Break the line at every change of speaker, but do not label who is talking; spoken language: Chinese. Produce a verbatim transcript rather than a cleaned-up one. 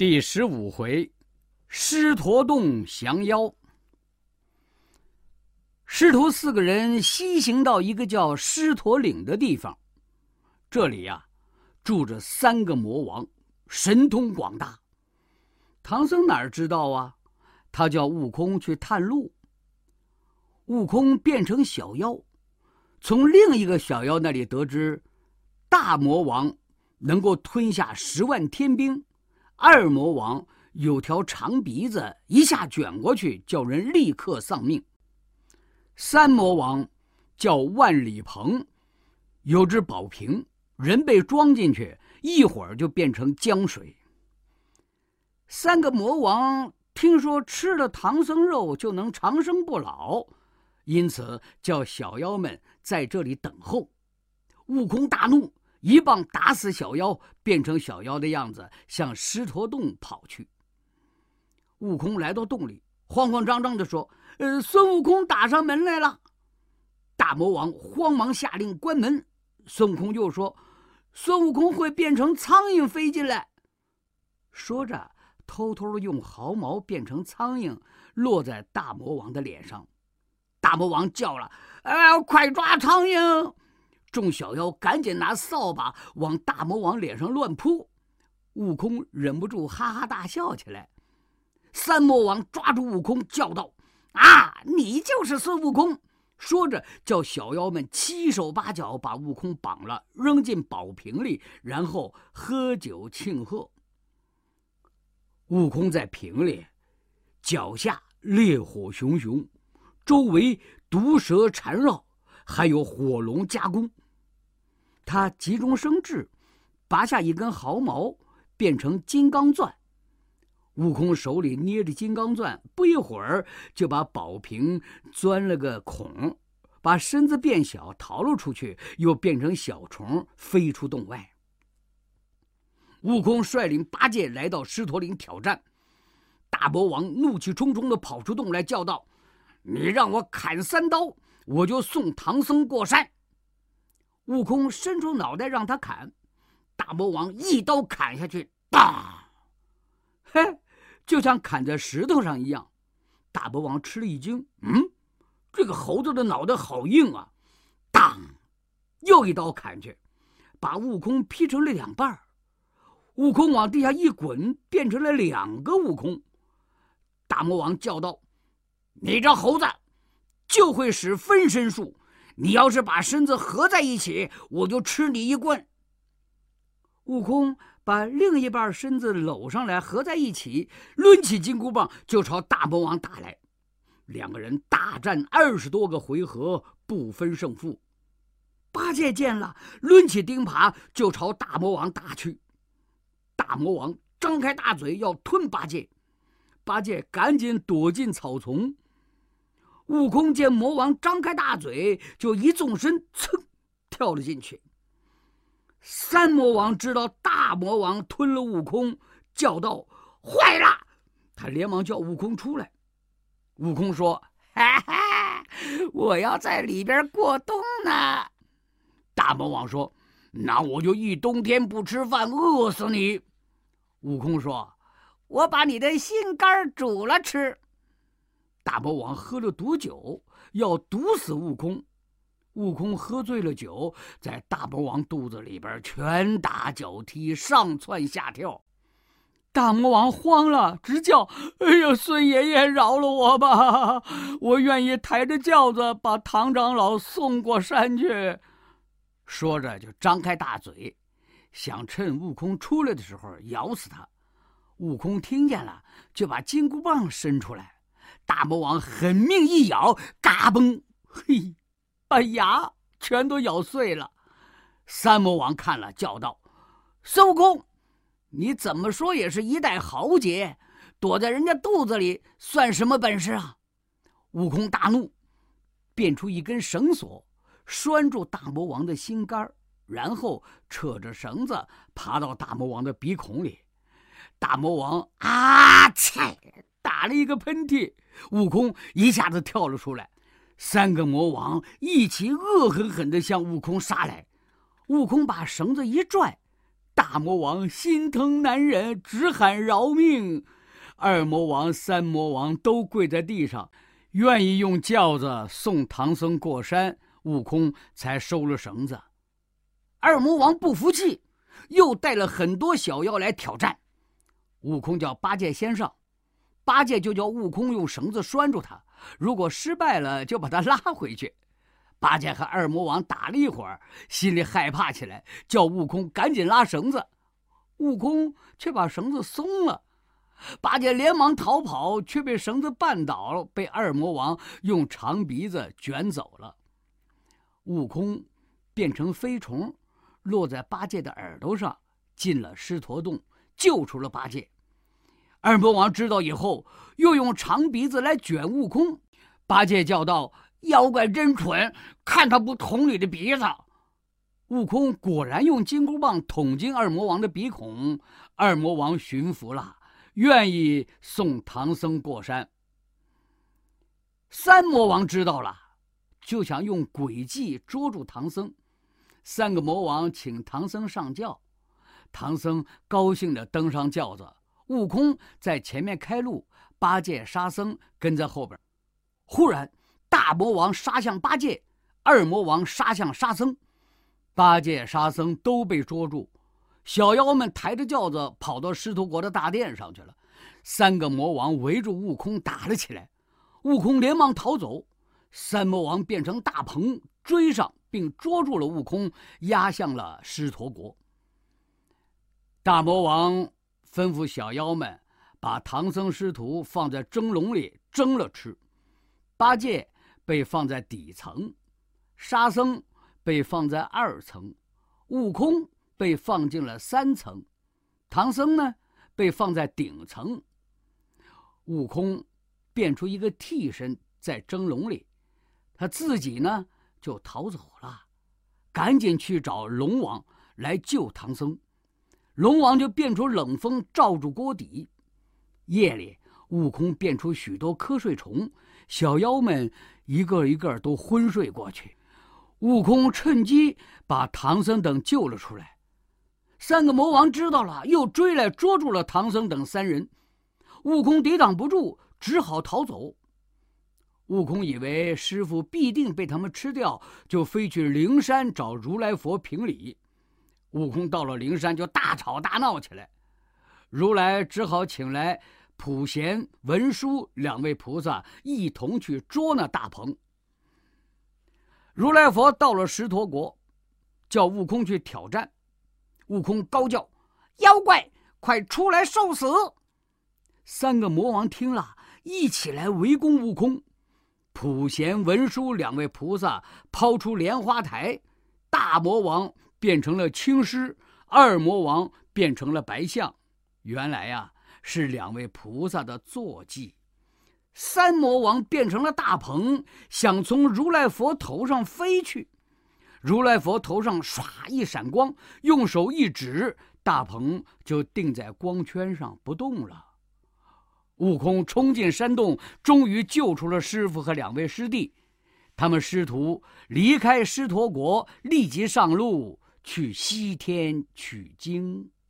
第十五回，狮驼洞降妖。师徒四个人西行到一个叫狮驼岭的地方，这里呀、啊、住着三个魔王，神通广大。唐僧哪知道啊，他叫悟空去探路。悟空变成小妖，从另一个小妖那里得知，大魔王能够吞下十万天兵，二魔王有条长鼻子，一下卷过去，叫人立刻丧命。三魔王叫万里鹏，有只宝瓶，人被装进去，一会儿就变成江水。三个魔王听说吃了唐僧肉就能长生不老，因此叫小妖们在这里等候。悟空大怒，一棒打死小妖，变成小妖的样子，向狮驼洞跑去。悟空来到洞里，慌慌张张地说：“呃，孙悟空打上门来了。”大魔王慌忙下令关门。孙悟空又说：“孙悟空会变成苍蝇飞进来。”说着，偷偷的用毫毛变成苍蝇，落在大魔王的脸上。大魔王叫了：“哎，快抓苍蝇！”众小妖赶紧拿扫把往大魔王脸上乱扑。悟空忍不住哈哈大笑起来。三魔王抓住悟空，叫道：“啊，你就是孙悟空！”说着叫小妖们七手八脚把悟空绑了，扔进宝瓶里，然后喝酒庆贺。悟空在瓶里，脚下烈火熊熊，周围毒蛇缠绕，还有火龙加工。他急中生智，拔下一根毫毛，变成金刚钻。悟空手里捏着金刚钻，不一会儿就把宝瓶钻了个孔，把身子变小逃了出去，又变成小虫飞出洞外。悟空率领八戒来到狮驼岭挑战。大魔王怒气冲冲地跑出洞来，叫道：“你让我砍三刀，我就送唐僧过山。”悟空伸出脑袋让他砍，大魔王一刀砍下去，当！嘿，就像砍在石头上一样。大魔王吃了一惊，嗯，这个猴子的脑袋好硬啊！当，又一刀砍去，把悟空劈成了两半。悟空往地下一滚，变成了两个悟空。大魔王叫道：“你这猴子就会使分身术，你要是把身子合在一起，我就吃你一棍。”悟空把另一半身子搂上来，合在一起，抡起金箍棒就朝大魔王打来。两个人大战二十多个回合，不分胜负。八戒见了，抡起钉耙就朝大魔王打去。大魔王张开大嘴要吞八戒，八戒赶紧躲进草丛。悟空见魔王张开大嘴，就一纵身，噌，跳了进去。三魔王知道大魔王吞了悟空，叫道：“坏了！”他连忙叫悟空出来。悟空说：“哈哈，我要在里边过冬呢。”大魔王说：“那我就一冬天不吃饭，饿死你。”悟空说：“我把你的心肝煮了吃。”大魔王喝了毒酒，要毒死悟空。悟空喝醉了酒，在大魔王肚子里边拳打脚踢，上蹿下跳。大魔王慌了，直叫：“哎呀，孙爷爷饶了我吧！我愿意抬着轿子把唐长老送过山去。”说着就张开大嘴，想趁悟空出来的时候咬死他。悟空听见了，就把金箍棒伸出来。大魔王狠命一咬，嘎嘣，嘿，把牙全都咬碎了。三魔王看了，叫道：“孙悟空，你怎么说也是一代豪杰，躲在人家肚子里算什么本事啊？”悟空大怒，变出一根绳索，拴住大魔王的心肝，然后扯着绳子爬到大魔王的鼻孔里。大魔王啊切，打了一个喷嚏，悟空一下子跳了出来。三个魔王一起恶狠狠地向悟空杀来。悟空把绳子一拽， 大魔王心疼难忍，直喊饶命。二魔王、三魔王都跪在地上，愿意用轿子送唐僧过山，悟空才收了绳子。二魔王不服气，又带了很多小妖来挑战。悟空叫八戒先上，八戒就叫悟空用绳子拴住他，如果失败了就把他拉回去。八戒和二魔王打了一会儿，心里害怕起来，叫悟空赶紧拉绳子。悟空却把绳子松了，八戒连忙逃跑，却被绳子绊倒，被二魔王用长鼻子卷走了。悟空变成飞虫，落在八戒的耳朵上，进了狮驼洞，救出了八戒。二魔王知道以后，又用长鼻子来卷悟空。八戒叫道：“妖怪真蠢，看他不捅你的鼻子！”悟空果然用金箍棒捅进二魔王的鼻孔，二魔王驯服了，愿意送唐僧过山。三魔王知道了，就想用诡计捉住唐僧。三个魔王请唐僧上轿，唐僧高兴地登上轿子，悟空在前面开路，八戒、沙僧跟在后边。忽然，大魔王杀向八戒，二魔王杀向沙僧，八戒、沙僧都被捉住。小妖们抬着轿子跑到狮驼国的大殿上去了。三个魔王围住悟空打了起来，悟空连忙逃走。三魔王变成大鹏追上，并捉住了悟空，押向了狮驼国。大魔王吩咐小妖们把唐僧师徒放在蒸笼里蒸了吃。八戒被放在底层，沙僧被放在二层，悟空被放进了三层，唐僧呢被放在顶层。悟空变出一个替身在蒸笼里，他自己呢就逃走了，赶紧去找龙王来救唐僧。龙王就变出冷风罩住锅底。夜里，悟空变出许多瞌睡虫，小妖们一个一个都昏睡过去。悟空趁机把唐僧等救了出来。三个魔王知道了，又追来捉住了唐僧等三人。悟空抵挡不住，只好逃走。悟空以为师傅必定被他们吃掉，就飞去灵山找如来佛评理。悟空到了灵山，就大吵大闹起来。如来只好请来普贤、文殊两位菩萨一同去捉那大鹏。如来佛到了狮驼国，叫悟空去挑战。悟空高叫：“妖怪，快出来受死！”三个魔王听了，一起来围攻悟空。普贤、文殊两位菩萨抛出莲花台，大魔王变成了青狮，二魔王变成了白象。原来呀、啊，是两位菩萨的坐骑。三魔王变成了大鹏，想从如来佛头上飞去。如来佛头上唰一闪光，用手一指，大鹏就定在光圈上不动了。悟空冲进山洞，终于救出了师傅和两位师弟。他们师徒离开狮驼国，立即上路去西天取经。